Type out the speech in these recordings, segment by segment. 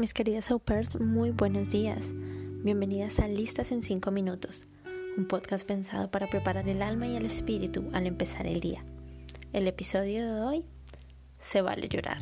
Mis queridas au pairs, muy buenos días. Bienvenidas a Listas en 5 minutos, un podcast pensado para preparar el alma y el espíritu al empezar el día. El episodio de hoy, se vale llorar.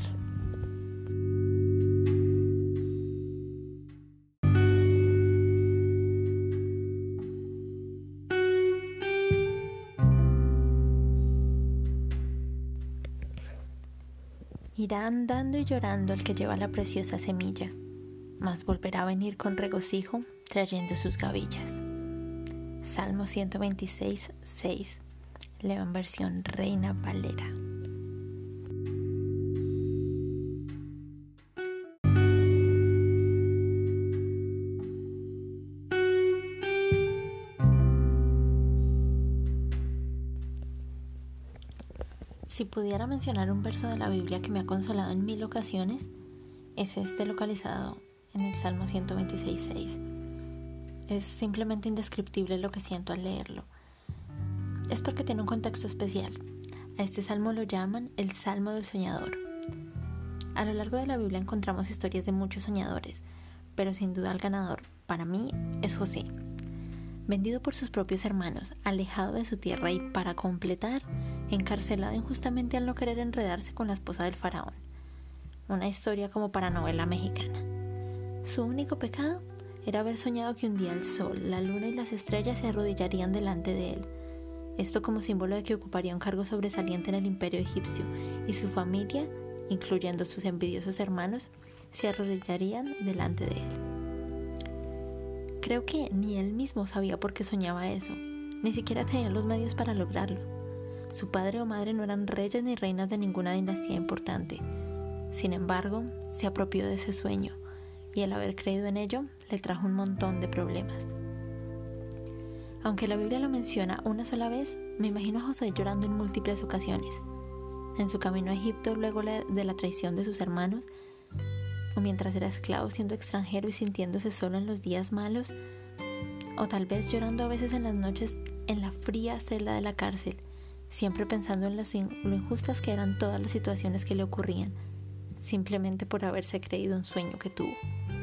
Irá andando y llorando el que lleva la preciosa semilla, mas volverá a venir con regocijo trayendo sus gavillas. Salmo 126, 6. Leo en versión Reina Valera. Si pudiera mencionar un verso de la Biblia que me ha consolado en 1000 ocasiones, es este localizado en el Salmo 126, 6. Es simplemente indescriptible lo que siento al leerlo. Es porque tiene un contexto especial. A este salmo lo llaman el Salmo del Soñador. A lo largo de la Biblia encontramos historias de muchos soñadores, pero sin duda el ganador, para mí, es José. Vendido por sus propios hermanos, alejado de su tierra y, para completar, encarcelado injustamente al no querer enredarse con la esposa del faraón. Una historia como para novela mexicana. Su único pecado era haber soñado que un día el sol, la luna y las estrellas se arrodillarían delante de él. Esto como símbolo de que ocuparía un cargo sobresaliente en el imperio egipcio y su familia, incluyendo sus envidiosos hermanos, se arrodillarían delante de él. Creo que ni él mismo sabía por qué soñaba eso, ni siquiera tenía los medios para lograrlo. Su padre o madre no eran reyes ni reinas de ninguna dinastía importante. Sin embargo, se apropió de ese sueño, y el haber creído en ello le trajo un montón de problemas. Aunque la Biblia lo menciona una sola vez, me imagino a José llorando en múltiples ocasiones. En su camino a Egipto, luego de la traición de sus hermanos, o mientras era esclavo siendo extranjero y sintiéndose solo en los días malos, o tal vez llorando a veces en las noches en la fría celda de la cárcel, siempre pensando en lo injustas que eran todas las situaciones que le ocurrían, simplemente por haberse creído un sueño que tuvo.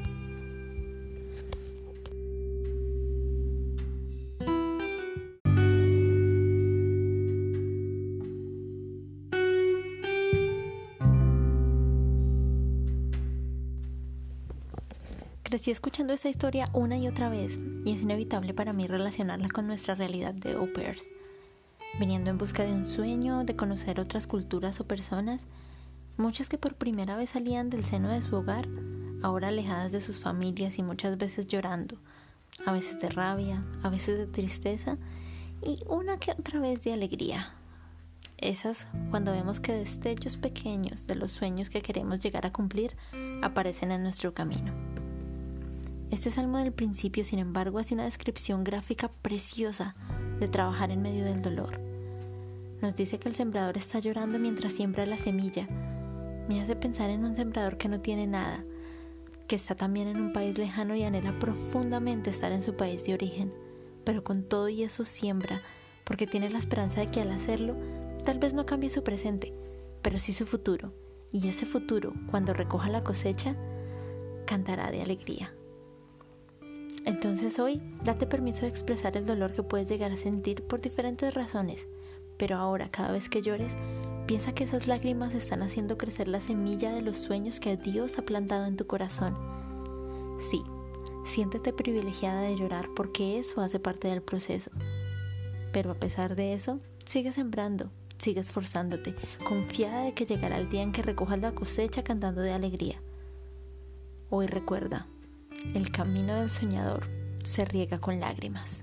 Crecí escuchando esta historia una y otra vez, y es inevitable para mí relacionarla con nuestra realidad de au pairs. Viniendo en busca de un sueño, de conocer otras culturas o personas, muchas que por primera vez salían del seno de su hogar, ahora alejadas de sus familias y muchas veces llorando, a veces de rabia, a veces de tristeza y una que otra vez de alegría. Esas cuando vemos que destellos pequeños de los sueños que queremos llegar a cumplir aparecen en nuestro camino. Este salmo del principio, sin embargo, hace una descripción gráfica preciosa de trabajar en medio del dolor. Nos dice que el sembrador está llorando mientras siembra la semilla. Me hace pensar en un sembrador que no tiene nada, que está también en un país lejano y anhela profundamente estar en su país de origen, pero con todo y eso siembra, porque tiene la esperanza de que al hacerlo, tal vez no cambie su presente, pero sí su futuro, y ese futuro, cuando recoja la cosecha, cantará de alegría. Entonces hoy, date permiso de expresar el dolor que puedes llegar a sentir por diferentes razones, pero ahora, cada vez que llores, piensa que esas lágrimas están haciendo crecer la semilla de los sueños que Dios ha plantado en tu corazón. Sí, siéntete privilegiada de llorar porque eso hace parte del proceso. Pero a pesar de eso, sigue sembrando, sigue esforzándote, confiada de que llegará el día en que recojas la cosecha cantando de alegría. Hoy recuerda, el camino del soñador se riega con lágrimas.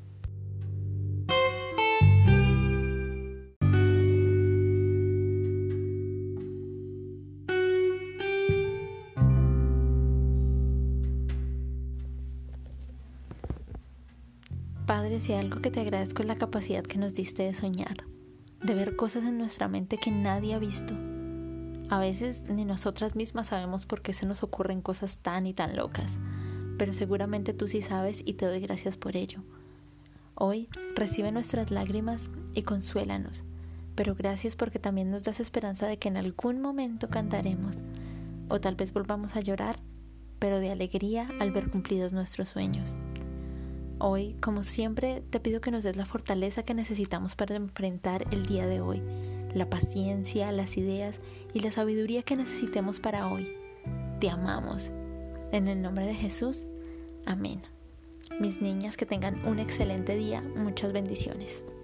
Padre, si hay algo que te agradezco es la capacidad que nos diste de soñar, de ver cosas en nuestra mente que nadie ha visto. A veces ni nosotras mismas sabemos por qué se nos ocurren cosas tan y tan locas, pero seguramente tú sí sabes y te doy gracias por ello. Hoy recibe nuestras lágrimas y consuélanos, pero gracias porque también nos das esperanza de que en algún momento cantaremos, o tal vez volvamos a llorar, pero de alegría al ver cumplidos nuestros sueños. Hoy, como siempre, te pido que nos des la fortaleza que necesitamos para enfrentar el día de hoy, la paciencia, las ideas y la sabiduría que necesitemos para hoy. Te amamos. En el nombre de Jesús, amén. Mis niñas, que tengan un excelente día. Muchas bendiciones.